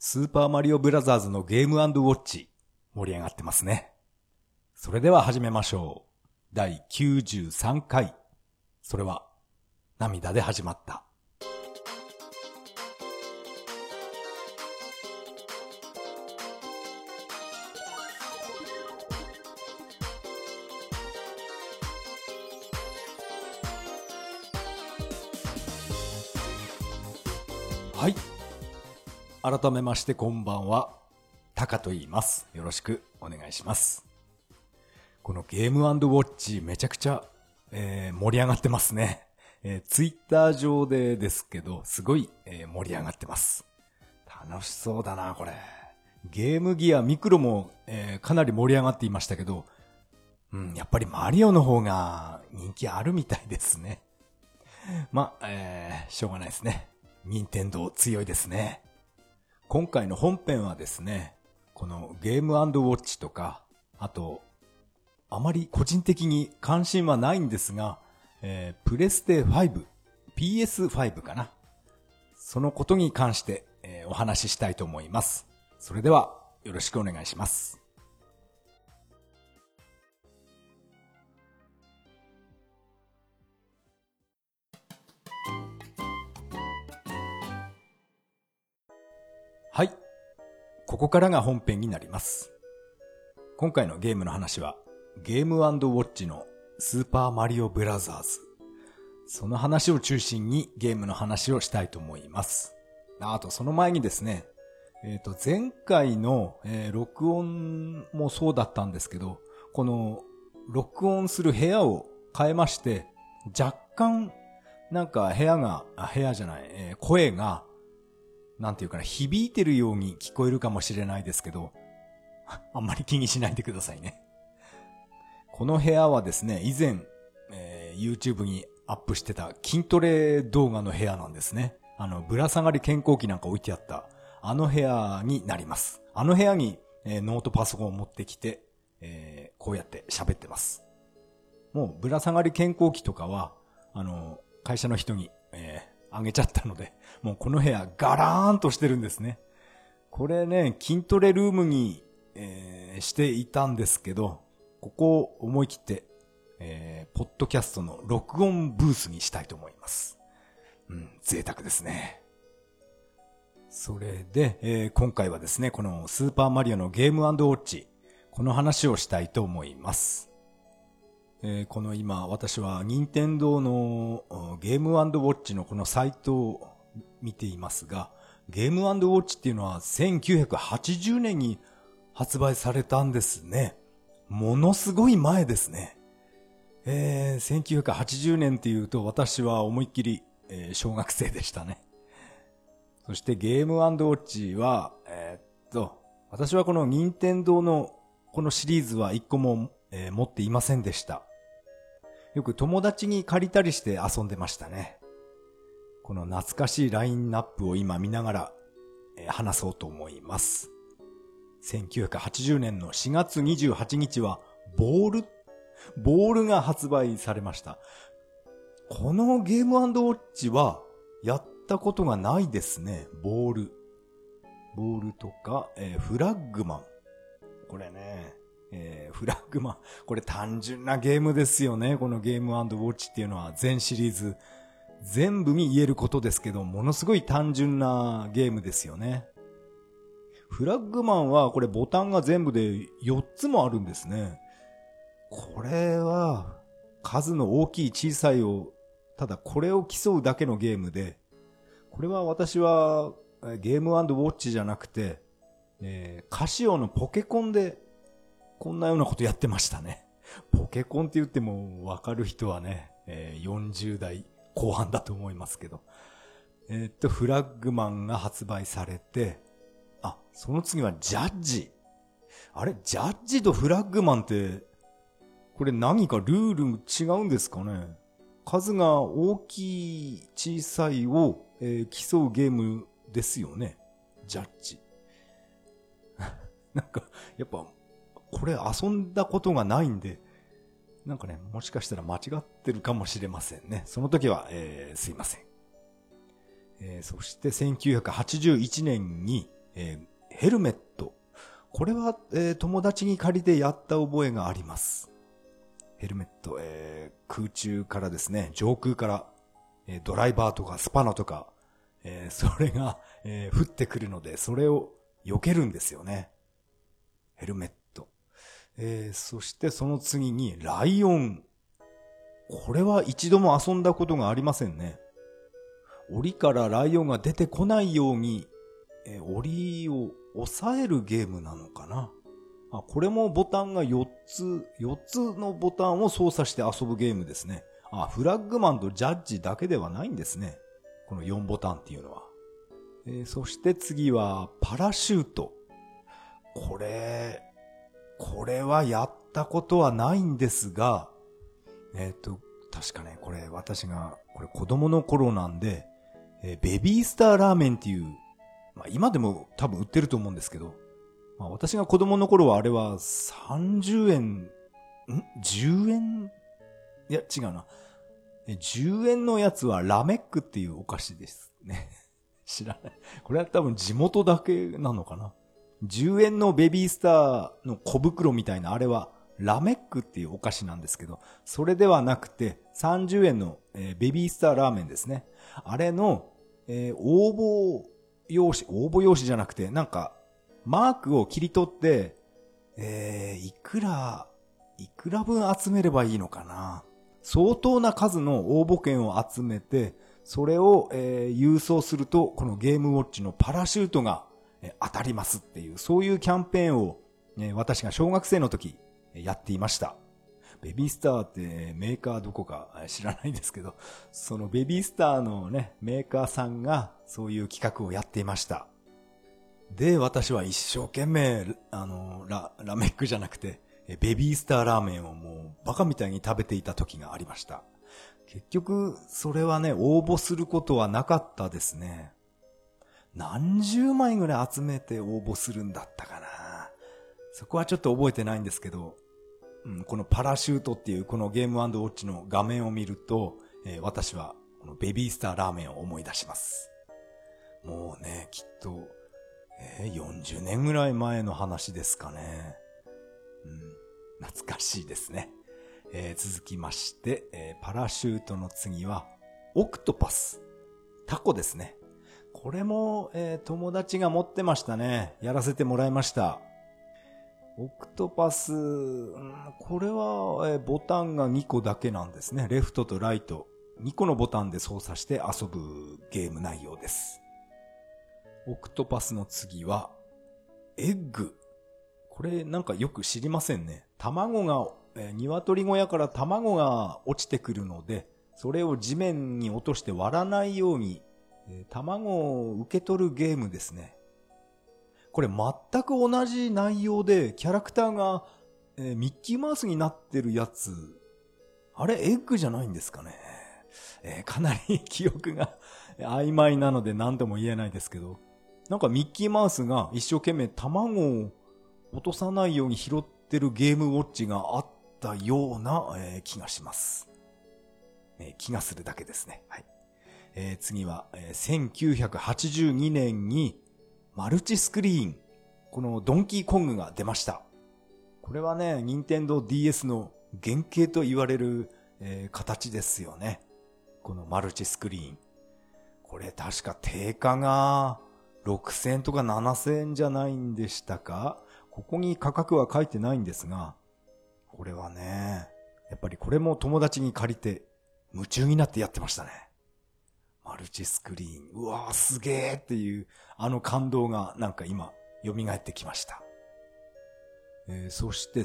スーパーマリオブラザーズのゲーム&ウォッチ、盛り上がってますね。それでは始めましょう。第93回。それは、涙で始まった。はい。改めましてこんばんは。タカと言います。よろしくお願いします。このゲーム&ウォッチめちゃくちゃ、盛り上がってますね。ツイッター上でですけど、すごい、盛り上がってます。楽しそうだな、これ。ゲームギアミクロも、かなり盛り上がっていましたけど、やっぱりマリオの方が人気あるみたいですね。しょうがないですね。任天堂強いですね。今回の本編はですね、このゲーム&ウォッチとか、あと、あまり個人的に関心はないんですが、プレステ5、PS5 かな。そのことに関して、お話ししたいと思います。それではよろしくお願いします。はい。ここからが本編になります。今回のゲームの話は、ゲーム&ウォッチのスーパーマリオブラザーズ。その話を中心にゲームの話をしたいと思います。あとその前にですね、前回の、録音もそうだったんですけど、この録音する部屋を変えまして、若干なんか声がなんていうかな、響いてるように聞こえるかもしれないですけど、あんまり気にしないでくださいね。この部屋はですね、以前、YouTube にアップしてた筋トレ動画の部屋なんですね。ぶら下がり健康器なんか置いてあった、あの部屋になります。あの部屋に、ノートパソコンを持ってきて、こうやって喋ってます。もうぶら下がり健康器とかは、会社の人に、あげちゃったので、もうこの部屋ガラーンとしてるんですね。これね、筋トレルームに、していたんですけど、ここを思い切って、ポッドキャストの録音ブースにしたいと思います。贅沢ですね。それで、今回はですね、このスーパーマリオのゲーム&ウォッチ、この話をしたいと思います。この今私は任天堂のゲーム&ウォッチのこのサイトを見ていますが、ゲーム&ウォッチっていうのは1980年に発売されたんですね。ものすごい前ですね。1980年っていうと私は思いっきり、小学生でしたね。そしてゲーム&ウォッチは、私はこの任天堂のこのシリーズは一個も、持っていませんでした。よく友達に借りたりして遊んでましたね。この懐かしいラインナップを今見ながら、話そうと思います。1980年の4月28日はボールが発売されました。このゲーム&ウォッチはやったことがないですね。ボールとか、フラッグマン。これね、フラッグマン。これ単純なゲームですよね。このゲーム&ウォッチっていうのは全シリーズ全部に言えることですけど、ものすごい単純なゲームですよね。フラッグマンはこれボタンが全部で4つもあるんですね。これは数の大きい小さいを、ただこれを競うだけのゲームで、これは私はゲーム&ウォッチじゃなくて、カシオのポケコンでこんなようなことやってましたね。ポケコンって言ってもわかる人はね、40代後半だと思いますけど。フラッグマンが発売されて、その次はジャッジ。あれ、ジャッジとフラッグマンって、これ何かルール違うんですかね。数が大きい小さいを、競うゲームですよね。ジャッジ。なんか、やっぱ、これ遊んだことがないんで、なんかね、もしかしたら間違ってるかもしれませんね。その時は、すいません。そして1981年に、 ヘルメット。これは、友達に借りてやった覚えがあります。ヘルメット、空中からですね、上空から、ドライバーとかスパナとか、それが、降ってくるので、それを避けるんですよね。ヘルメット。そしてその次にライオン。これは一度も遊んだことがありませんね。檻からライオンが出てこないように、檻を押さえるゲームなのかな。これもボタンが4つのボタンを操作して遊ぶゲームですね。フラッグマンとジャッジだけではないんですね。この4ボタンっていうのは。そして次はパラシュート。これはやったことはないんですが、確かね、これ子供の頃なんで、ベビースターラーメンっていう、今でも多分売ってると思うんですけど、私が子供の頃はあれは30円、10円いや違うな。10円のやつはラメックっていうお菓子ですね。知らない。これは多分地元だけなのかな。10円のベビースターの小袋みたいなあれはラメックっていうお菓子なんですけど、それではなくて30円の、ベビースターラーメンですね。あれの、応募用紙じゃなくてなんかマークを切り取って、いくら分集めればいいのかな。相当な数の応募券を集めて、それを、郵送すると、このゲームウォッチのパラシュートが、当たりますっていう、そういうキャンペーンを、私が小学生の時、やっていました。ベビースターってメーカーどこか知らないんですけど、そのベビースターのね、メーカーさんがそういう企画をやっていました。で、私は一生懸命、ラメックじゃなくて、ベビースターラーメンをもうバカみたいに食べていた時がありました。結局、それはね、応募することはなかったですね。何十枚ぐらい集めて応募するんだったかな。そこはちょっと覚えてないんですけど、このパラシュートっていうこのゲーム&ウォッチの画面を見ると、私はこのベビースターラーメンを思い出します。もうね、きっと、40年ぐらい前の話ですかね。懐かしいですね。続きまして、パラシュートの次はオクトパス。タコですね。これも、友達が持ってましたね。やらせてもらいました。オクトパス、これは、ボタンが2個だけなんですね。レフトとライト。2個のボタンで操作して遊ぶゲーム内容です。オクトパスの次は、エッグ。これなんかよく知りませんね。卵が、鶏小屋から卵が落ちてくるので、それを地面に落として割らないように、卵を受け取るゲームですね。これ全く同じ内容で、キャラクターが、ミッキーマウスになってるやつ、あれエッグじゃないんですかね。かなり記憶が曖昧なので何とも言えないですけど、なんかミッキーマウスが一生懸命卵を落とさないように拾ってるゲームウォッチがあったような、気がします。気がするだけですね。はい。次は、1982年にマルチスクリーン、このドンキーコングが出ました。これはね、任天堂 DS の原型と言われる、形ですよね。このマルチスクリーン。これ確か定価が6000円とか7000円じゃないんでしたか？ここに価格は書いてないんですが、これはね、やっぱりこれも友達に借りて夢中になってやってましたね。マルチスクリーン。うわーすげーっていうあの感動がなんか今蘇ってきました。そして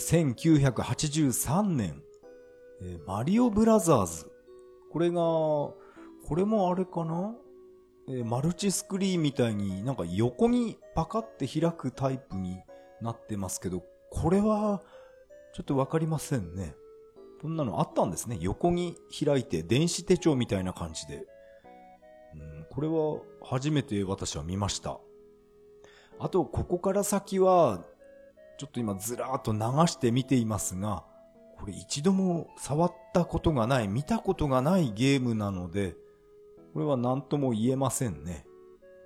1983年、マリオブラザーズ。これもあれかな？マルチスクリーンみたいになんか横にパカって開くタイプになってますけど、これはちょっとわかりませんね。こんなのあったんですね。横に開いて電子手帳みたいな感じで。これは初めて私は見ました。あと、ここから先は、ちょっと今ずらーっと流して見ていますが、これ一度も触ったことがない、見たことがないゲームなので、これは何とも言えませんね。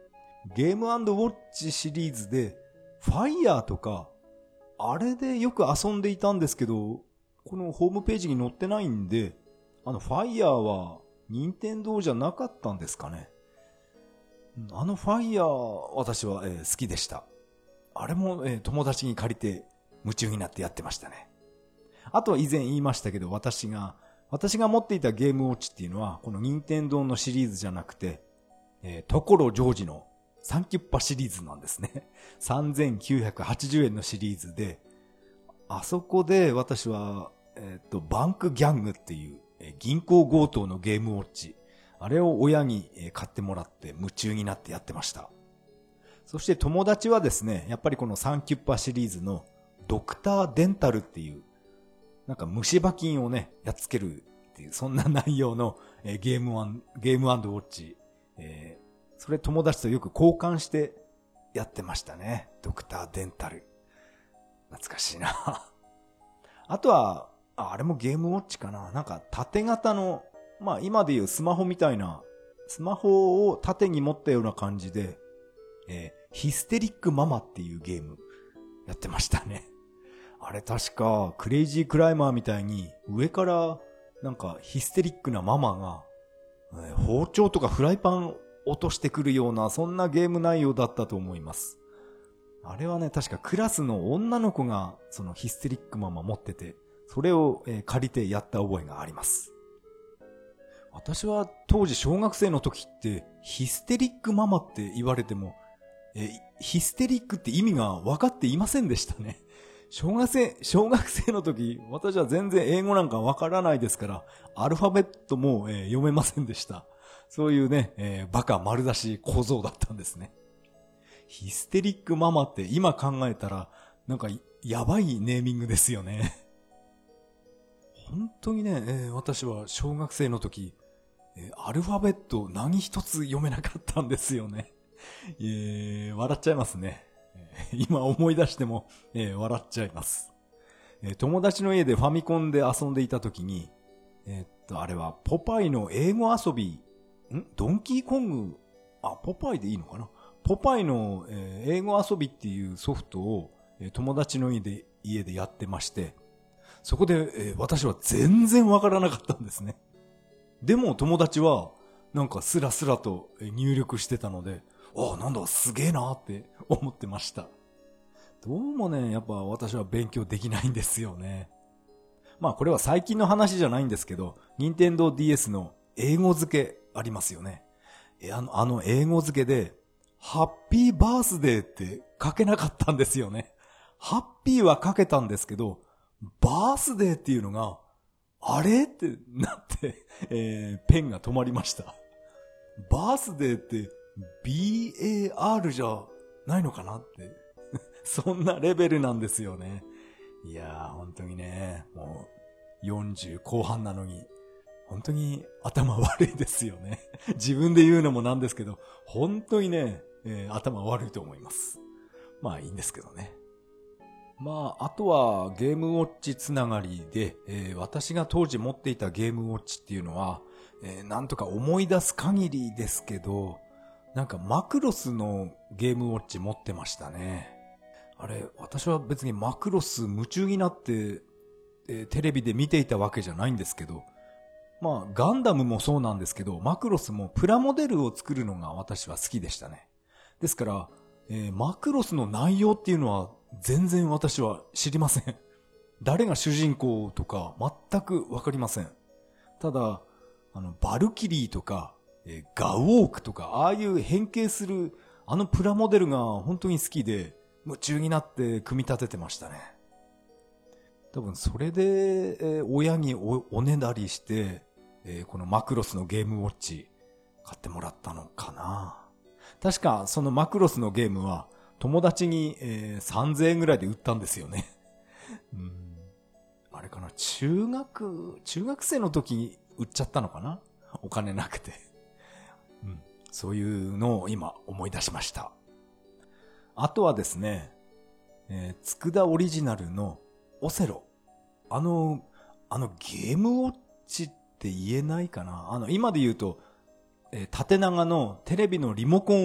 ゲーム&ウォッチシリーズで、ファイヤーとか、あれでよく遊んでいたんですけど、このホームページに載ってないんで、ファイヤーは、任天堂じゃなかったんですかね。ファイヤー、私は、好きでした。あれも、友達に借りて、夢中になってやってましたね。あとは以前言いましたけど、私が持っていたゲームウォッチっていうのは、この任天堂のシリーズじゃなくて、所ジョージのサンキュッパシリーズなんですね。3980円のシリーズで、あそこで私は、バンクギャングっていう、銀行強盗のゲームウォッチ、あれを親に買ってもらって夢中になってやってました。そして友達はですね、やっぱりこのサンキュッパシリーズのドクターデンタルっていう、なんか虫歯菌をね、やっつけるっていう、そんな内容のゲーム&ウォッチ、それ友達とよく交換してやってましたね。ドクターデンタル。懐かしいな。あとは、あれもゲームウォッチかな。なんか縦型の、まあ今でいうスマホみたいな、スマホを縦に持ったような感じで、ヒステリックママっていうゲームやってましたね。あれ確かクレイジークライマーみたいに上からなんかヒステリックなママが、包丁とかフライパン落としてくるようなそんなゲーム内容だったと思います。あれはね、確かクラスの女の子がそのヒステリックママ持ってて、それを借りてやった覚えがあります。私は当時小学生の時ってヒステリックママって言われても、ヒステリックって意味が分かっていませんでしたね。小学生の時、私は全然英語なんか分からないですから、アルファベットも、読めませんでした。そういうね、バカ丸出し小僧だったんですね。ヒステリックママって今考えたら、なんかやばいネーミングですよね。本当にね、私は小学生の時、アルファベット何一つ読めなかったんですよね。笑っちゃいますね。今思い出しても、笑っちゃいます。友達の家でファミコンで遊んでいた時に、あれはポパイの英語遊び、ドンキーコング、ポパイでいいのかな？ポパイの、英語遊びっていうソフトを、友達の家でやってまして、そこで、私は全然わからなかったんですね。でも友達はなんかスラスラと入力してたので、なんだすげえなって思ってました。どうもね、やっぱ私は勉強できないんですよね。まあこれは最近の話じゃないんですけど、任天堂 DS の英語付けありますよね。あの英語付けで、ハッピーバースデーって書けなかったんですよね。ハッピーは書けたんですけど、バースデーっていうのが、あれってなって、ペンが止まりました。バースデーって BAR じゃないのかなってそんなレベルなんですよね。いやー本当にね、もう40後半なのに本当に頭悪いですよね。自分で言うのもなんですけど、本当にね、頭悪いと思います。まあいいんですけどね。まあ、あとはゲームウォッチつながりで、私が当時持っていたゲームウォッチっていうのは、なんとか思い出す限りですけど、なんかマクロスのゲームウォッチ持ってましたね。あれ、私は別にマクロス夢中になって、テレビで見ていたわけじゃないんですけど、まあガンダムもそうなんですけど、マクロスもプラモデルを作るのが私は好きでしたね。ですから、マクロスの内容っていうのは全然私は知りません。誰が主人公とか全くわかりません。ただ、バルキリーとか、ガウォークとか、ああいう変形するプラモデルが本当に好きで、夢中になって組み立ててましたね。多分それで、親におねだりして、このマクロスのゲームウォッチ買ってもらったのかな。確かそのマクロスのゲームは友達に、3000円ぐらいで売ったんですよね。あれかな、中学生の時に売っちゃったのかな、お金なくて。そういうのを今思い出しました。あとはですね、佃オリジナルのオセロ。ゲームウォッチって言えないかな。今で言うと、縦長のテレビのリモコンを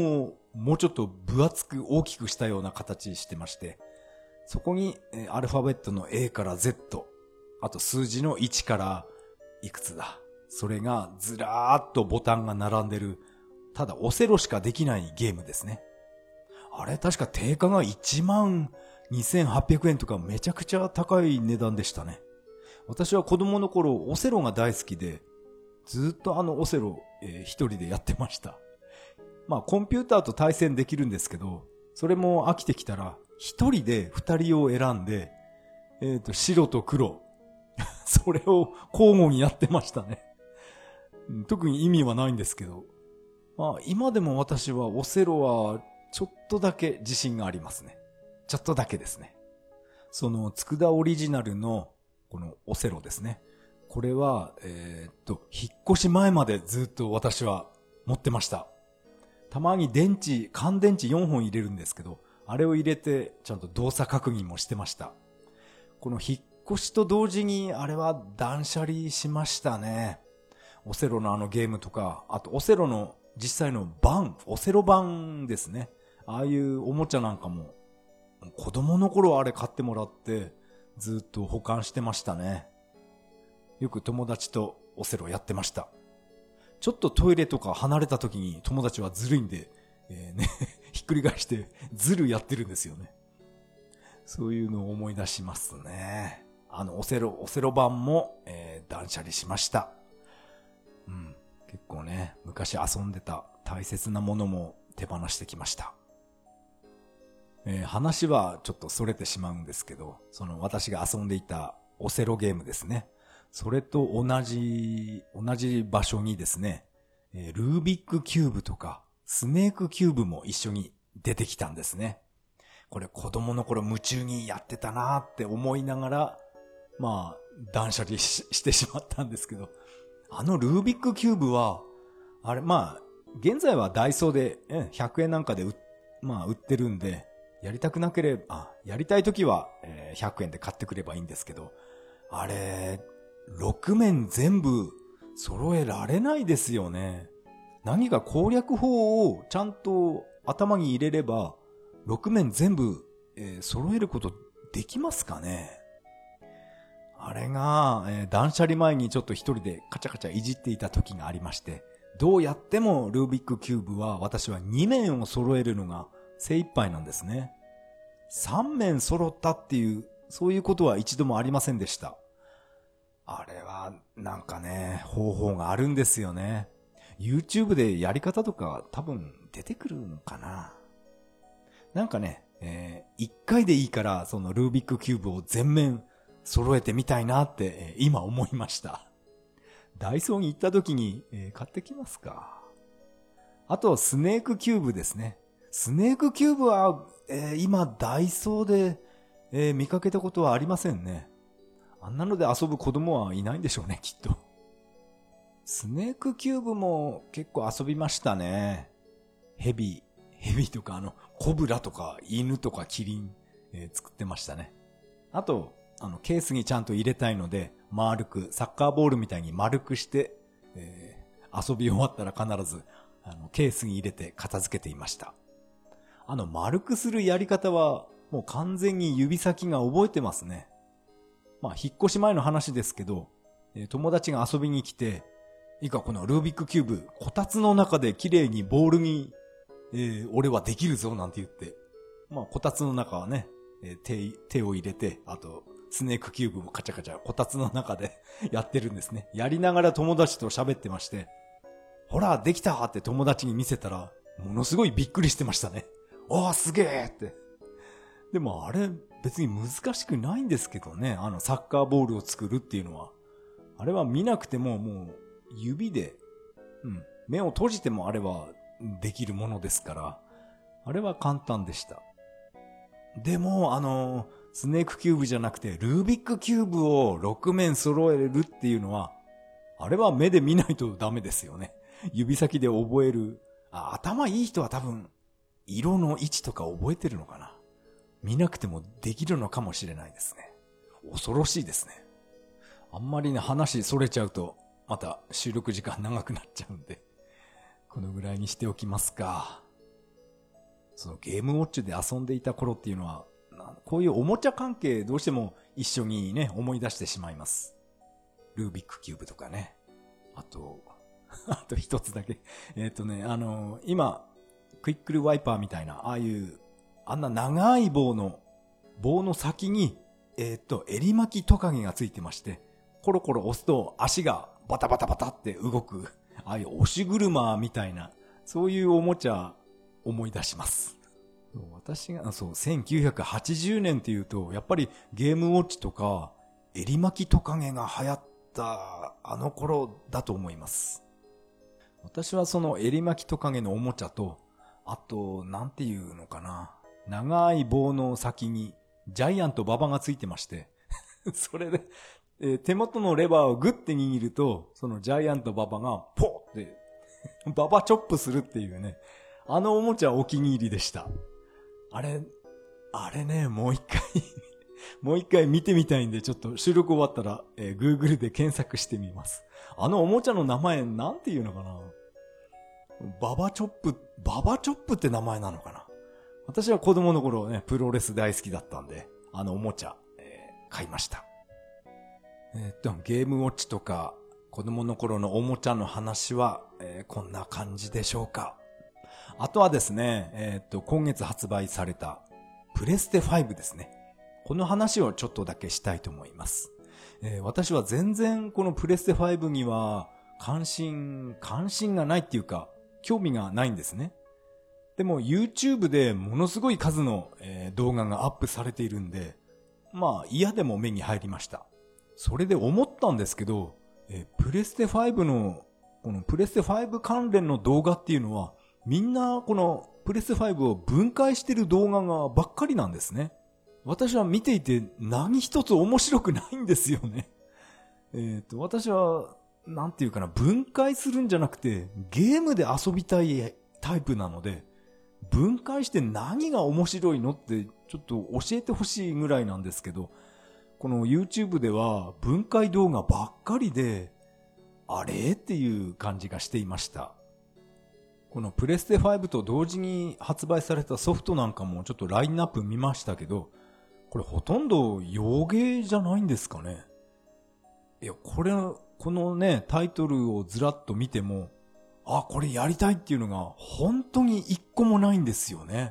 もうちょっと分厚く大きくしたような形してまして、そこにアルファベットの A から Z、あと数字の1からいくつだ。それがずらーっとボタンが並んでる、ただオセロしかできないゲームですね。あれ確か定価が12,800円とかめちゃくちゃ高い値段でしたね。私は子供の頃オセロが大好きで、ずっとオセロ、一人でやってました。まあコンピューターと対戦できるんですけど、それも飽きてきたら一人で二人を選んで、白と黒それを交互にやってましたね。特に意味はないんですけど、まあ今でも私はオセロはちょっとだけ自信がありますね。ちょっとだけですね。その佃オリジナルのこのオセロですね。これは引っ越し前までずっと私は持ってました。たまに乾電池4本入れるんですけど、あれを入れてちゃんと動作確認もしてました。この引っ越しと同時にあれは断捨離しましたね。オセロのゲームとか、あとオセロの実際のオセロ版ですね。ああいうおもちゃなんかも子供の頃あれ買ってもらってずっと保管してましたね。よく友達とオセロやってました。ちょっとトイレとか離れた時に友達はずるいんで、ひっくり返してずるやってるんですよね。そういうのを思い出しますね。オセロ版も、断捨離しました。結構ね、昔遊んでた大切なものも手放してきました。話はちょっと逸れてしまうんですけど、その私が遊んでいたオセロゲームですね。それと同じ場所にですね、ルービックキューブとかスネークキューブも一緒に出てきたんですね。これ子供の頃夢中にやってたなーって思いながら、まあ断捨離してしまったんですけど、ルービックキューブは、あれまあ現在はダイソーで100円なんかで売ってるんで、やりたい時は100円で買ってくればいいんですけど、あれ、6面全部揃えられないですよね。何か攻略法をちゃんと頭に入れれば、6面全部、揃えることできますかね。あれが、断捨離前にちょっと一人でカチャカチャいじっていた時がありまして、どうやってもルービックキューブは私は2面を揃えるのが精一杯なんですね。3面揃ったっていう、そういうことは一度もありませんでした。あれはなんかね、方法があるんですよね。YouTube でやり方とか多分出てくるのかな。なんかね、1回でいいからそのルービックキューブを全面揃えてみたいなって、今思いました。ダイソーに行った時に、買ってきますか。あとスネークキューブですね。スネークキューブは、今ダイソーで、見かけたことはありませんね。あんなので遊ぶ子供はいないんでしょうね、きっと。スネークキューブも結構遊びましたね。ヘビとかコブラとか犬とかキリン、作ってましたね。あと、ケースにちゃんと入れたいので、サッカーボールみたいに丸くして、遊び終わったら必ず、ケースに入れて片付けていました。丸くするやり方は、もう完全に指先が覚えてますね。まあ、引っ越し前の話ですけど、友達が遊びに来て、このルービックキューブ、こたつの中で綺麗にボールに、俺はできるぞなんて言って、まあ、こたつの中はね、手を入れて、あと、スネークキューブもカチャカチャ、こたつの中でやってるんですね。やりながら友達と喋ってまして、ほら、できたって友達に見せたら、ものすごいびっくりしてましたね。おー、すげーって。でもあれ、別に難しくないんですけどね。サッカーボールを作るっていうのは。あれは見なくてももう指で、目を閉じてもあれはできるものですから、あれは簡単でした。でもスネークキューブじゃなくてルービックキューブを6面揃えるっていうのは、あれは目で見ないとダメですよね。指先で覚える。頭いい人は多分色の位置とか覚えてるのかな。見なくてもできるのかもしれないですね。恐ろしいですね。あんまりね、話それちゃうと、また収録時間長くなっちゃうんで、このぐらいにしておきますか。 そのゲームウォッチで遊んでいた頃っていうのは、こういうおもちゃ関係どうしても一緒にね、思い出してしまいます。ルービックキューブとかね。あと一つだけ。今、クイックルワイパーみたいな、あんな長い棒の先に、襟巻きトカゲがついてまして、コロコロ押すと足がバタバタバタって動く、ああいう押し車みたいな、そういうおもちゃ思い出します。私が、1980年っていうと、やっぱりゲームウォッチとか、襟巻きトカゲが流行ったあの頃だと思います。私はその襟巻きトカゲのおもちゃと、あと、なんていうのかな。長い棒の先にジャイアント馬場がついてまして、それで、手元のレバーをグッて握ると、そのジャイアント馬場がポッって馬場チョップするっていうね、あのおもちゃお気に入りでした。あれね、もう一回見てみたいんで、ちょっと収録終わったら、Google で検索してみます。あのおもちゃの名前なんていうのかな。ババチョップって名前なのかな。私は子供の頃ね、プロレス大好きだったんで、あのおもちゃ、買いました。ゲームウォッチとか、子供の頃のおもちゃの話は、こんな感じでしょうか。あとはですね、今月発売された、プレステ5ですね。この話をちょっとだけしたいと思います。私は全然このプレステ5には関心がないっていうか、興味がないんですね。でも YouTube でものすごい数の、動画がアップされているんで、まあ嫌でも目に入りました。それで思ったんですけど、プレステ5の、このプレステ5関連の動画っていうのは、みんなこのプレステ5を分解してる動画がばっかりなんですね。私は見ていて何一つ面白くないんですよね。私は、なんていうかな、分解するんじゃなくて、ゲームで遊びたいタイプなので、分解して何が面白いのってちょっと教えてほしいぐらいなんですけど、この YouTube では分解動画ばっかりで、あれっていう感じがしていました。このプレステ5と同時に発売されたソフトなんかもちょっとラインナップ見ましたけど、これほとんど洋芸じゃないんですかね。いや、このね、タイトルをずらっと見ても、あ、これやりたいっていうのが本当に一個もないんですよね。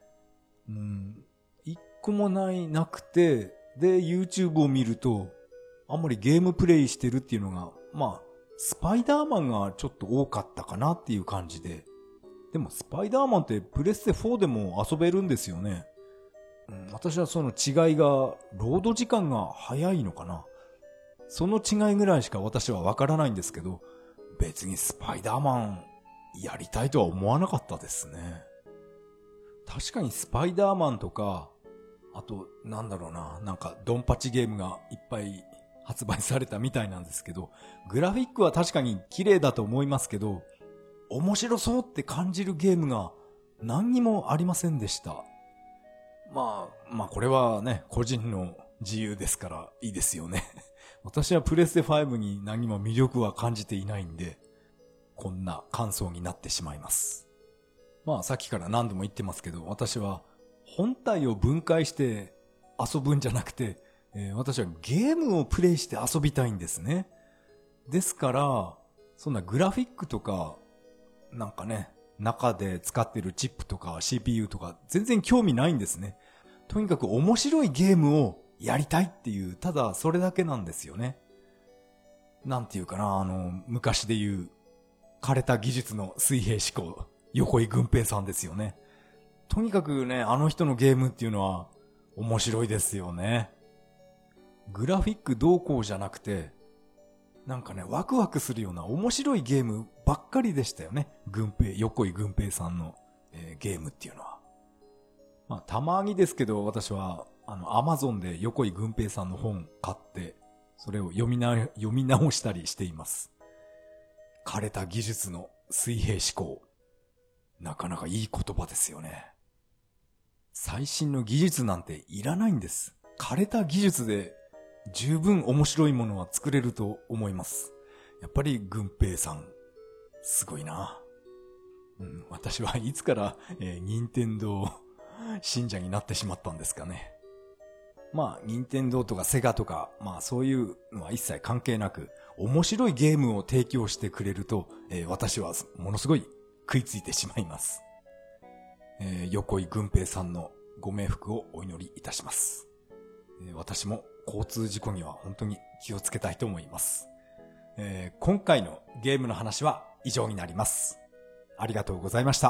一個もなくて、で、YouTube を見ると、あんまりゲームプレイしてるっていうのが、まあ、スパイダーマンがちょっと多かったかなっていう感じで。でもスパイダーマンってプレステ4でも遊べるんですよね。私はその違いが、ロード時間が早いのかな。その違いぐらいしか私はわからないんですけど、別にスパイダーマンやりたいとは思わなかったですね。確かにスパイダーマンとか、あと、なんだろうな、なんかドンパチゲームがいっぱい発売されたみたいなんですけど、グラフィックは確かに綺麗だと思いますけど、面白そうって感じるゲームが何にもありませんでした。まあこれはね、個人の自由ですからいいですよね。私はプレステ5に何も魅力は感じていないんで、こんな感想になってしまいます。まあさっきから何度も言ってますけど、私は本体を分解して遊ぶんじゃなくて、私はゲームをプレイして遊びたいんですね。ですから、そんなグラフィックとか、なんかね、中で使ってるチップとか CPU とか全然興味ないんですね。とにかく面白いゲームをやりたいっていう、ただそれだけなんですよね。なんていうかな、昔で言う、枯れた技術の水平思考、横井軍平さんですよね。とにかくね、あの人のゲームっていうのは面白いですよね。グラフィックどうこうじゃなくて、なんかね、ワクワクするような面白いゲームばっかりでしたよね。横井軍平さんの、ゲームっていうのは。まあ、たまにですけど、私は、Amazon で横井軍平さんの本買って、それを読み直したりしています。枯れた技術の水平思考。なかなかいい言葉ですよね。最新の技術なんていらないんです。枯れた技術で十分面白いものは作れると思います。やっぱり軍平さん、すごいな。 私はいつから、任天堂信者になってしまったんですかね。まあ、任天堂とかセガとか、まあそういうのは一切関係なく、面白いゲームを提供してくれると、私はものすごい食いついてしまいます。横井軍平さんのご冥福をお祈りいたします。私も交通事故には本当に気をつけたいと思います。今回のゲームの話は以上になります。ありがとうございました。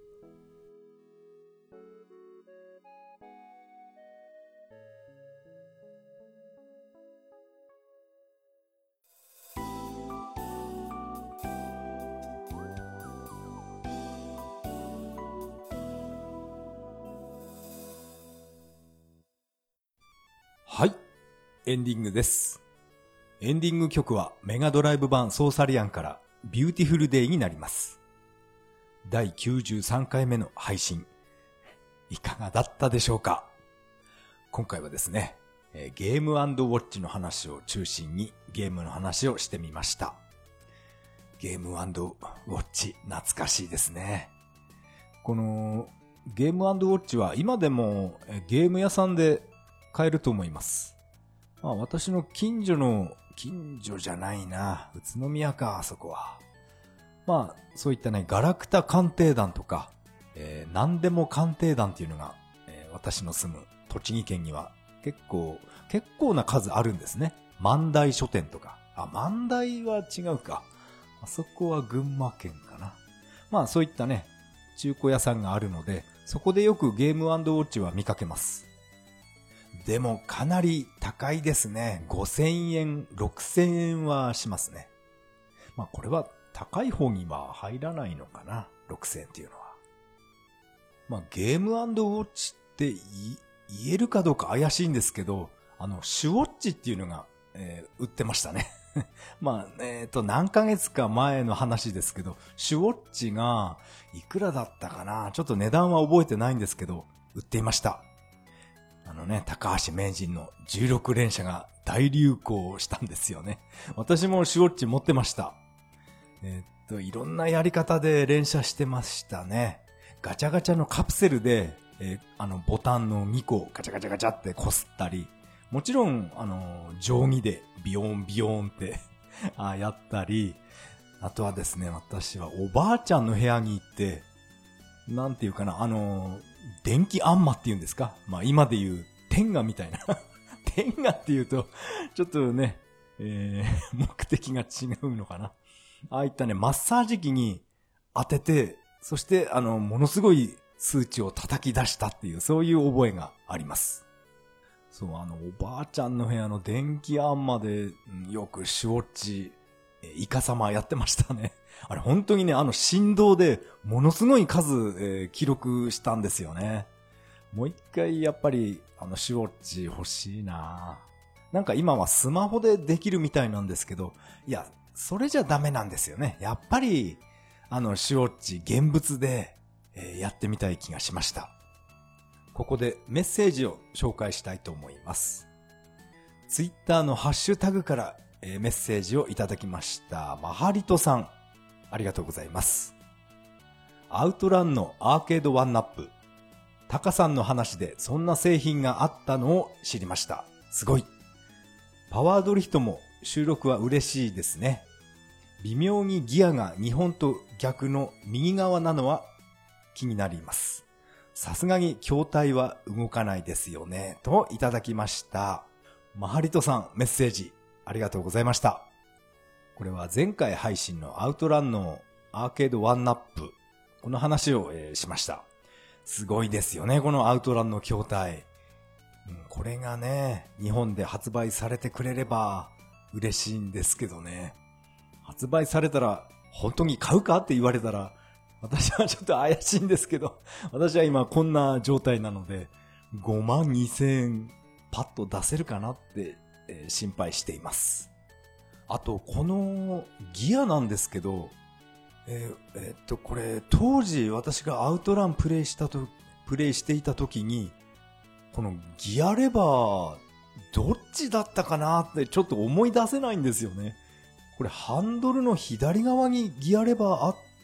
はい、エンディングです。エンディング曲はメガドライブ版ソーサリアンからビューティフルデイになります。第93回目の配信、いかがだったでしょうか。今回はですね、ゲーム&ウォッチの話を中心にゲームの話をしてみました。ゲーム&ウォッチ懐かしいですね。このゲーム&ウォッチは今でもゲーム屋さんで買えると思います。まあ私の近所じゃないな、宇都宮か、あそこは。まあそういったね、ガラクタ鑑定団とか、何でも鑑定団っていうのが、私の住む栃木県には結構な数あるんですね。万代書店とか。万代は違うか。あそこは群馬県かな。まあそういったね、中古屋さんがあるので、そこでよくゲーム&ウォッチは見かけます。でもかなり高いですね。5000円、6000円はしますね。まあこれは高い方には入らないのかな。6000円っていうのは。まあゲーム&ウォッチって言えるかどうか怪しいんですけど、シュウォッチっていうのが、売ってましたね。まあ、何ヶ月か前の話ですけど、シュウォッチがいくらだったかな。ちょっと値段は覚えてないんですけど、売っていました。高橋名人の16連射が大流行したんですよね。私もシュウォッチ持ってました。いろんなやり方で連射してましたね。ガチャガチャのカプセルで、ボタンの2個ガチャガチャガチャって擦ったり、もちろん、定規でビヨーンビヨーンってやったり、あとはですね、私はおばあちゃんの部屋に行って、なんていうかな、電気あんまっていうんですか。まあ今で言う天下みたいな。天下って言うと、ちょっとね、目的が違うのかな。ああいったね、マッサージ機に当てて、そしてものすごい数値を叩き出したっていう、そういう覚えがあります。そう、おばあちゃんの部屋の電気あんまで、よくシュウォッチ、イカ様やってましたね。あれ本当にね、振動でものすごい数、記録したんですよね。もう一回やっぱりシュウォッチ欲しいな。なんか今はスマホでできるみたいなんですけど、いや、それじゃダメなんですよね。やっぱりシュウォッチ現物で、やってみたい気がしました。ここでメッセージを紹介したいと思います。ツイッターのハッシュタグから、メッセージをいただきました。マハリトさん、ありがとうございます。アウトランのアーケードワンナップ、タカさんの話でそんな製品があったのを知りました。すごい。パワードリフトも収録は嬉しいですね。微妙にギアが日本と逆の右側なのは気になります。さすがに筐体は動かないですよね。といただきました。マハリトさん、メッセージありがとうございました。これは前回配信のアウトランのアーケードワンナップ、この話を、しました。すごいですよね、このアウトランの筐体。これがね、日本で発売されてくれれば嬉しいんですけどね。発売されたら本当に買うかって言われたら、私はちょっと怪しいんですけど、私は今こんな状態なので、52,000円パッと出せるかなって、心配しています。あと、このギアなんですけど、これ、当時私がアウトランプレイしていた時に、このギアレバー、どっちだったかなってちょっと思い出せないんですよね。これハンドルの左側にギアレバーあっ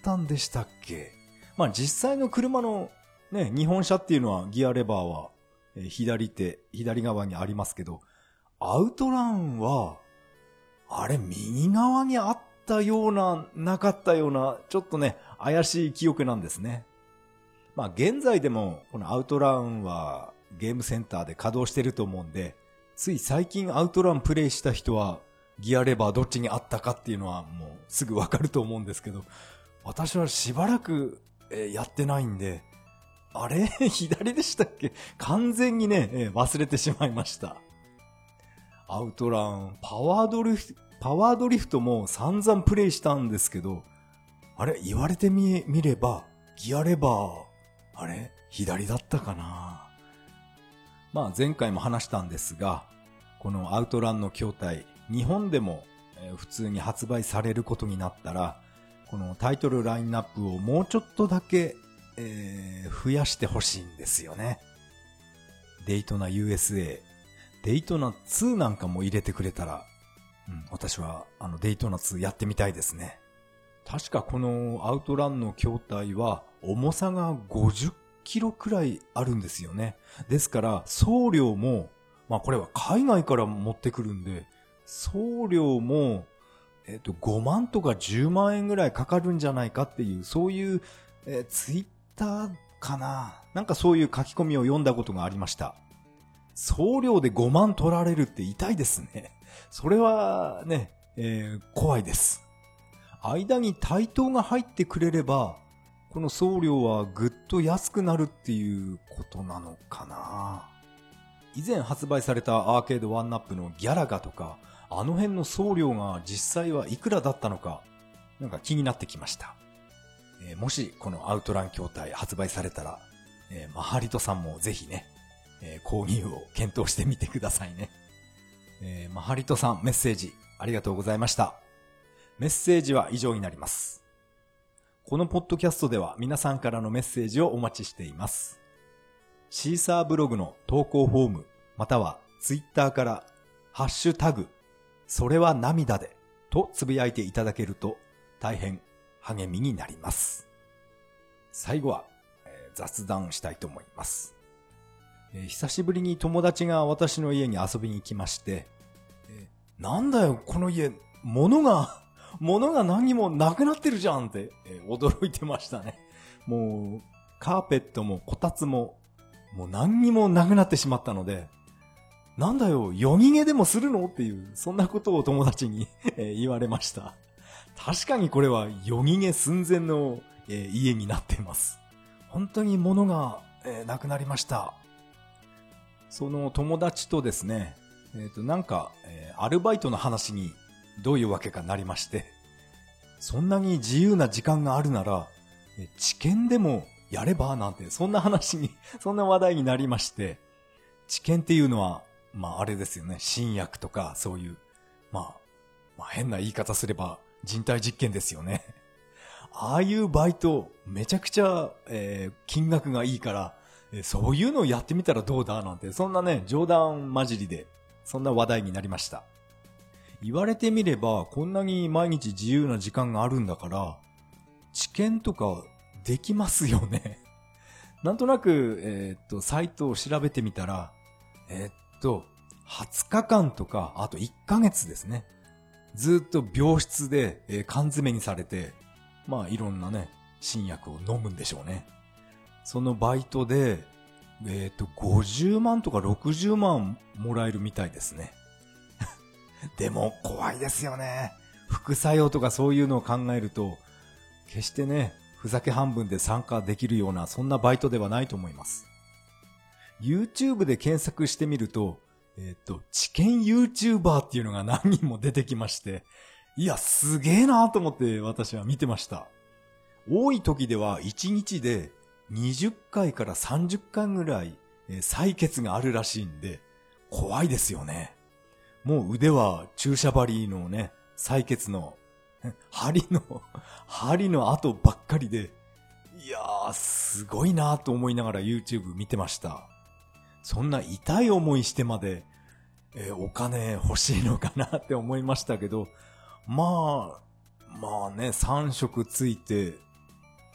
ったんでしたっけ？まあ実際の車のね、日本車っていうのはギアレバーは左側にありますけど、アウトランは、あれ右側にあったような、なかったような、ちょっとね、怪しい記憶なんですね。まあ現在でもこのアウトランはゲームセンターで稼働してると思うんで、つい最近アウトランプレイした人はギアレバーどっちにあったかっていうのはもうすぐわかると思うんですけど、私はしばらくやってないんで、あれ左でしたっけ？完全にね、忘れてしまいました。アウトラン、パワードリフトも散々プレイしたんですけど、あれ言われてみれば、ギアレバー、あれ左だったかな。まあ前回も話したんですが、このアウトランの筐体、日本でも普通に発売されることになったら、このタイトルラインナップをもうちょっとだけ増やしてほしいんですよね。デイトナ USA、デイトナ2なんかも入れてくれたら、私はデイトナ2やってみたいですね。確かこのアウトランの筐体は重さが50キロくらいあるんですよね。ですから送料も、まあこれは海外から持ってくるんで、送料も5万とか10万円ぐらいかかるんじゃないかっていう、そういう、ツイッターかな、なんかそういう書き込みを読んだことがありました。送料で5万取られるって痛いですね。それはね、怖いです。間に対等が入ってくれれば、この送料はぐっと安くなるっていうことなのかな。以前発売されたアーケードワンナップのギャラガとか、あの辺の送料が実際はいくらだったのか、なんか気になってきました。もしこのアウトラン筐体発売されたら、マハリトさんもぜひね、購入を検討してみてくださいね。マハリトさん、メッセージありがとうございました。メッセージは以上になります。このポッドキャストでは皆さんからのメッセージをお待ちしています。シーサーブログの投稿フォーム、またはツイッターからハッシュタグそれは涙でとつぶやいていただけると大変励みになります。最後は、雑談したいと思います。久しぶりに友達が私の家に遊びに来まして、なんだよこの家、物が何もなくなってるじゃんって、驚いてましたね。もうカーペットもこたつももう何にもなくなってしまったので、なんだよ、夜逃げでもするのっていう、そんなことを友達に言われました。確かにこれは夜逃げ寸前の家になっています。本当に物がなくなりました。その友達とですね、なんかアルバイトの話にどういうわけかなりまして、そんなに自由な時間があるなら治験でもやればなんて、そんな話題になりまして、治験っていうのはまああれですよね、新薬とかそういう、まあ変な言い方すれば人体実験ですよね。ああいうバイトめちゃくちゃ、金額がいいから、そういうのをやってみたらどうだなんて、そんなね冗談交じりでそんな話題になりました。言われてみればこんなに毎日自由な時間があるんだから治験とかできますよね。なんとなくサイトを調べてみたら20日間とかあと1ヶ月ですね、ずっと病室で、缶詰にされて、まあいろんなね新薬を飲むんでしょうね。そのバイトで50万とか60万もらえるみたいですね。でも怖いですよね。副作用とかそういうのを考えると、決してねふざけ半分で参加できるようなそんなバイトではないと思います。YouTube で検索してみると、治験 YouTuber っていうのが何人も出てきまして、いやすげえなと思って私は見てました。多い時では1日で20回から30回ぐらい採血があるらしいんで、怖いですよね。もう腕は注射針のね採血の針の跡ばっかりで、いやーすごいなと思いながら YouTube 見てました。そんな痛い思いしてまで、お金欲しいのかなって思いましたけど、まあね3食ついて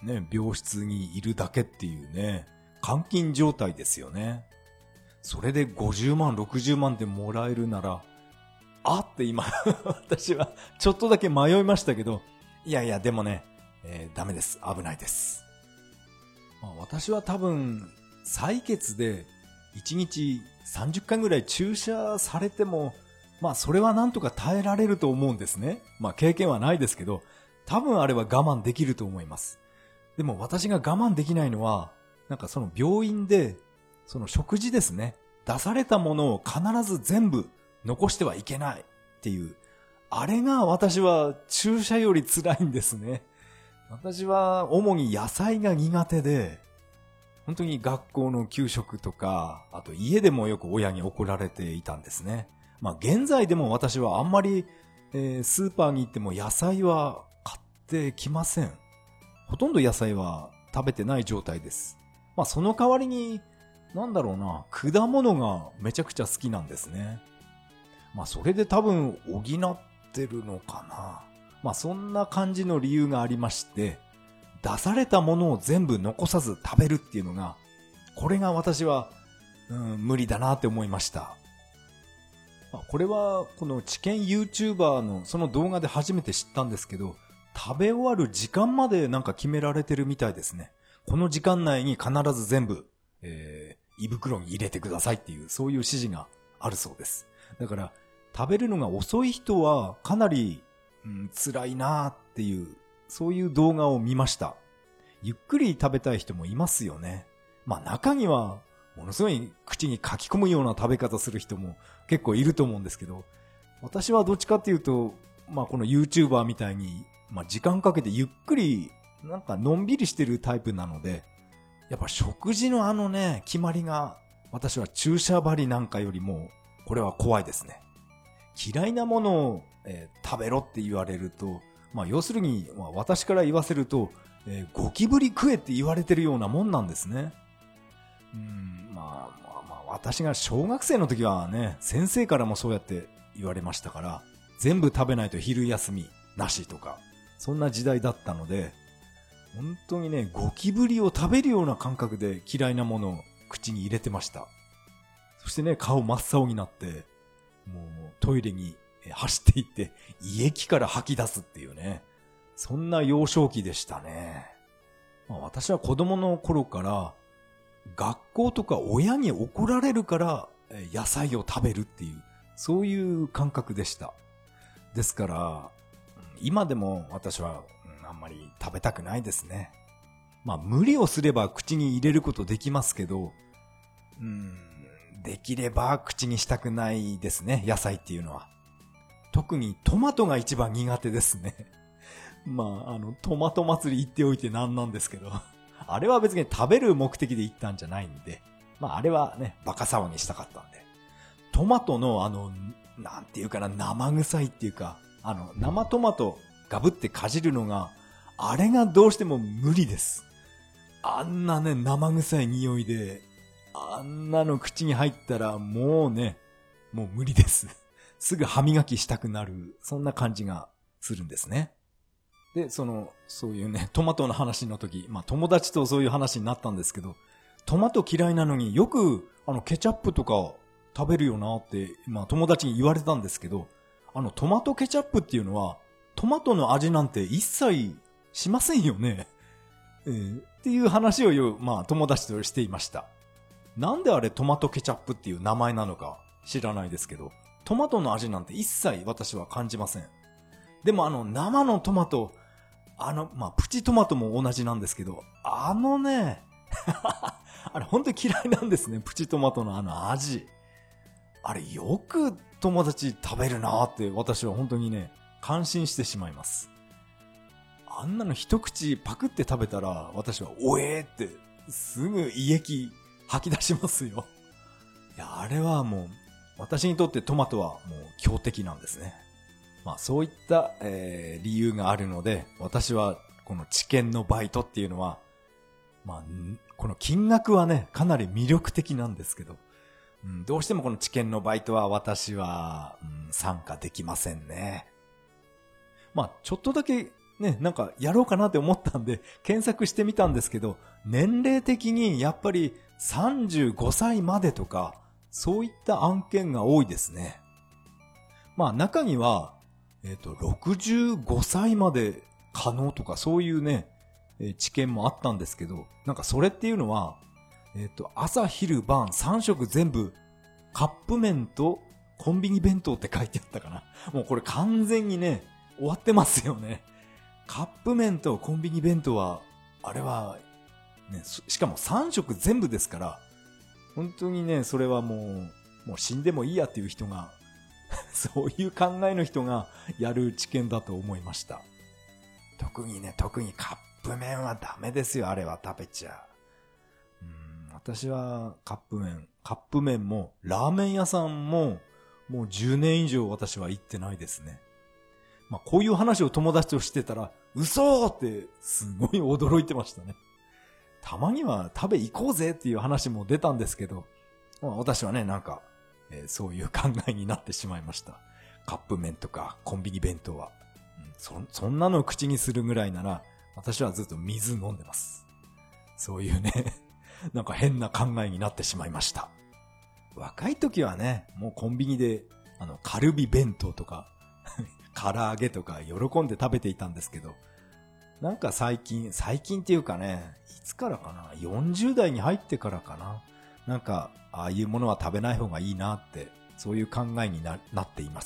ね、病室にいるだけっていうね、監禁状態ですよね。それで50万、60万でもらえるなら、って今、私はちょっとだけ迷いましたけど、いやいや、でもね、ダメです。危ないです。私は多分、採血で1日30回ぐらい注射されても、それはなんとか耐えられると思うんですね。経験はないですけど、多分あれは我慢できると思います。でも私が我慢できないのは、なんかその病院で、その食事ですね。出されたものを必ず全部残してはいけないっていう、あれが私は注射より辛いんですね。私は主に野菜が苦手で、本当に学校の給食とか、あと家でもよく親に怒られていたんですね。現在でも私はあんまり、スーパーに行っても野菜は買ってきません。ほとんど野菜は食べてない状態です。その代わりに、果物がめちゃくちゃ好きなんですね。それで多分補ってるのかな。そんな感じの理由がありまして、出されたものを全部残さず食べるっていうのが、これが私は、無理だなって思いました。これはこの知見 YouTuber のその動画で初めて知ったんですけど、食べ終わる時間まで決められてるみたいですね。この時間内に必ず全部、胃袋に入れてくださいっていう、そういう指示があるそうです。だから食べるのが遅い人はかなり、辛いなっていう、そういう動画を見ました。ゆっくり食べたい人もいますよね。中にはものすごい口に書き込むような食べ方する人も結構いると思うんですけど、私はどっちかっていうと、この YouTuber みたいに、時間かけてゆっくりのんびりしてるタイプなので、やっぱ食事の決まりが私は注射針なんかよりもこれは怖いですね。嫌いなものを、食べろって言われると、要するに、私から言わせると、ゴキブリ食えって言われてるようなもんなんですね。私が小学生の時はね、先生からもそうやって言われましたから、全部食べないと昼休みなしとか、そんな時代だったので、本当にね、ゴキブリを食べるような感覚で嫌いなものを口に入れてました。そしてね、顔真っ青になって、もうトイレに走っていって胃液から吐き出すっていうね、そんな幼少期でしたね。私は子供の頃から学校とか親に怒られるから野菜を食べるっていう、そういう感覚でした。ですから今でも私はあんまり食べたくないですね。無理をすれば口に入れることできますけど、できれば口にしたくないですね、野菜っていうのは。特にトマトが一番苦手ですね。トマト祭り行っておいてなんですけど、あれは別に食べる目的で行ったんじゃないんで、あれはね、バカ騒ぎしたかったんで。トマトのなんていうかな、生臭いっていうか、生トマトガブってかじるのが、あれがどうしても無理です。あんなね、生臭い匂いで、あんなの口に入ったらもう無理です。すぐ歯磨きしたくなる、そんな感じがするんですね。で、そういうね、トマトの話の時、友達とそういう話になったんですけど、トマト嫌いなのによくケチャップとか食べるよなって、友達に言われたんですけど、トマトケチャップっていうのは、トマトの味なんて一切しませんよね。っていう話を友達としていました。なんであれトマトケチャップっていう名前なのか知らないですけど、トマトの味なんて一切私は感じません。でも生のトマト、プチトマトも同じなんですけど、あれ本当に嫌いなんですね、プチトマトの味。あれよく友達食べるなって私は本当にね、感心してしまいます。あんなの一口パクって食べたら私はおってすぐ胃液吐き出しますよ。いや、あれはもう私にとってトマトはもう強敵なんですね。そういった、理由があるので、私はこの治験のバイトっていうのは、この金額はね、かなり魅力的なんですけど、どうしてもこの治験のバイトは私は、参加できませんね。ちょっとだけね、なんかやろうかなって思ったんで、検索してみたんですけど、年齢的にやっぱり35歳までとか、そういった案件が多いですね。まあ中には、65歳まで可能とかそういうね、知見もあったんですけど、なんかそれっていうのは、朝昼晩3食全部カップ麺とコンビニ弁当って書いてあったかな。もうこれ完全にね、終わってますよね。カップ麺とコンビニ弁当は、あれは、ね、しかも3食全部ですから、本当にね、それはもう死んでもいいやっていう人が、そういう考えの人がやる知見だと思いました。特にカップ麺はダメですよ、あれは食べちゃう。私はカップ麺もラーメン屋さんももう10年以上私は行ってないですね。まあこういう話を友達としてたら、嘘ってすごい驚いてましたね。たまには食べ行こうぜっていう話も出たんですけど、まあ、私はね、なんか、そういう考えになってしまいました。カップ麺とかコンビニ弁当は。そんなのを口にするぐらいなら、私はずっと水飲んでます。そういうね、なんか変な考えになってしまいました。若い時はね、もうコンビニで、カルビ弁当とか、唐揚げとか喜んで食べていたんですけど、なんか最近っていうかね、いつからかな、40代に入ってからかな、なんか、ああいうものは食べない方がいいなって、そういう考えに なっています。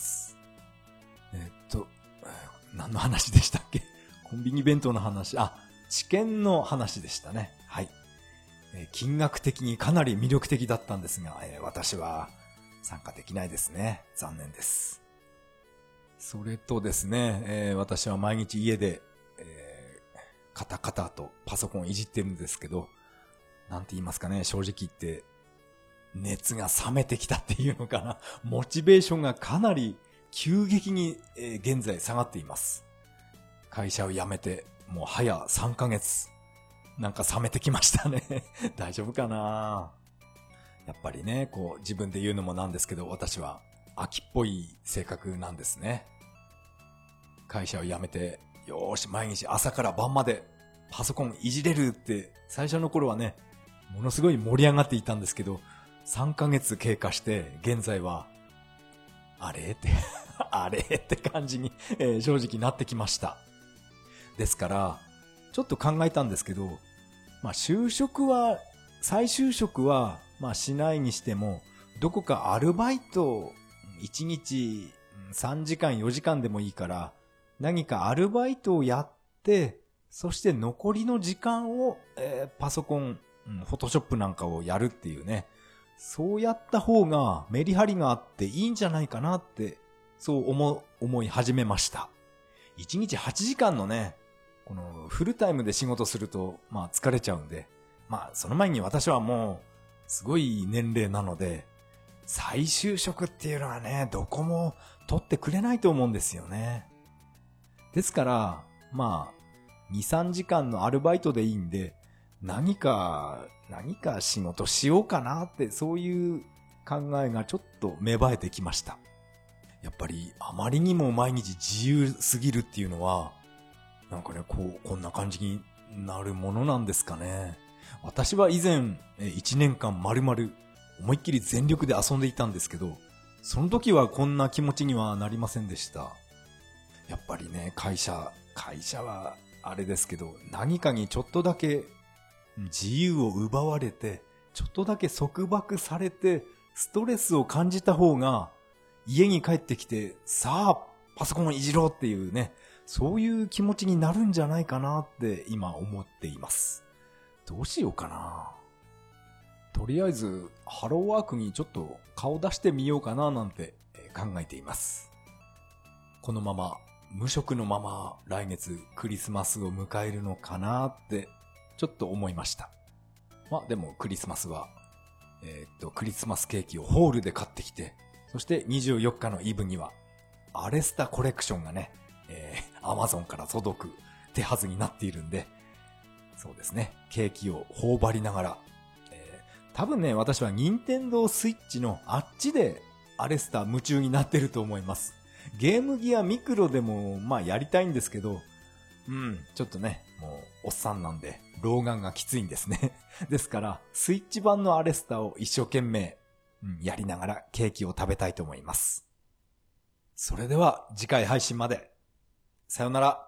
何の話でしたっけ？コンビニ弁当の話、知見の話でしたね。はい。金額的にかなり魅力的だったんですが、私は参加できないですね。残念です。それとですね、私は毎日家で、カタカタとパソコンいじってるんですけど、なんて言いますかね、正直言って、熱が冷めてきたっていうのかな。モチベーションがかなり急激に、現在下がっています。会社を辞めて、もう早3ヶ月。なんか冷めてきましたね。大丈夫かな。やっぱりね、こう自分で言うのもなんですけど、私は秋っぽい性格なんですね。会社を辞めて、よーし、毎日朝から晩までパソコンいじれるって、最初の頃はね、ものすごい盛り上がっていたんですけど、3ヶ月経過して、現在は、あれって、あれって感じに、正直なってきました。ですから、ちょっと考えたんですけど、まあ再就職は、まあしないにしても、どこかアルバイト、1日3時間4時間でもいいから、何かアルバイトをやって、そして残りの時間を、パソコン、フォトショップなんかをやるっていうね、そうやった方がメリハリがあっていいんじゃないかなって、そう思い始めました。1日8時間のね、このフルタイムで仕事すると、まあ疲れちゃうんで、まあその前に私はもうすごい年齢なので、再就職っていうのはね、どこも取ってくれないと思うんですよね。ですから、まあ、2、3時間のアルバイトでいいんで、何か仕事しようかなって、そういう考えがちょっと芽生えてきました。やっぱりあまりにも毎日自由すぎるっていうのは、なんかね、こんな感じになるものなんですかね。私は以前、1年間丸々思いっきり全力で遊んでいたんですけど、その時はこんな気持ちにはなりませんでした。やっぱりね、会社はあれですけど、何かにちょっとだけ自由を奪われて、ちょっとだけ束縛されて、ストレスを感じた方が、家に帰ってきて、さあ、パソコンをいじろうっていうね、そういう気持ちになるんじゃないかなって今思っています。どうしようかな。とりあえず、ハローワークにちょっと顔出してみようかななんて考えています。このまま、無職のまま来月クリスマスを迎えるのかなってちょっと思いました。まあでもクリスマスは、クリスマスケーキをホールで買ってきて、そして24日のイブにはアレスタコレクションがね、Amazon から届く手はずになっているんで、そうですね、ケーキを頬張りながら、多分ね、私は任天堂スイッチのあっちでアレスタ夢中になってると思います。ゲームギアミクロでもまあやりたいんですけど、 ちょっとね、もう、おっさんなんで、老眼がきついんですね。ですから、スイッチ版のアレスタを一生懸命、やりながらケーキを食べたいと思います。それでは、次回配信まで。さよなら。